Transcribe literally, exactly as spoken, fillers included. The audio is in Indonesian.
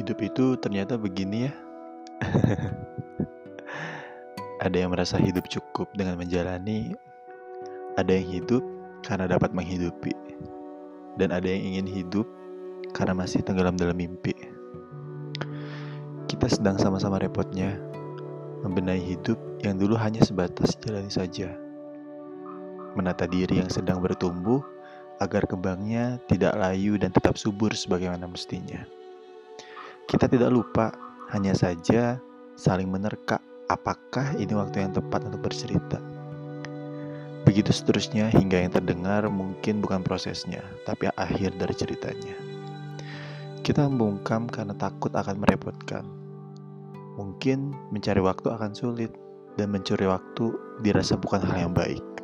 Hidup itu ternyata begini ya. Ada yang merasa hidup cukup dengan menjalani, ada yang hidup karena dapat menghidupi, dan ada yang ingin hidup karena masih tenggelam dalam mimpi. Kita sedang sama-sama repotnya membenahi hidup yang dulu hanya sebatas jalani saja, menata diri yang sedang bertumbuh agar kembangnya tidak layu dan tetap subur sebagaimana mestinya. Kita tidak lupa, hanya saja saling menerka apakah ini waktu yang tepat untuk bercerita. Begitu seterusnya hingga yang terdengar mungkin bukan prosesnya, tapi akhir dari ceritanya. Kita membungkam karena takut akan merepotkan. Mungkin mencari waktu akan sulit, dan mencuri waktu dirasa bukan hal yang baik.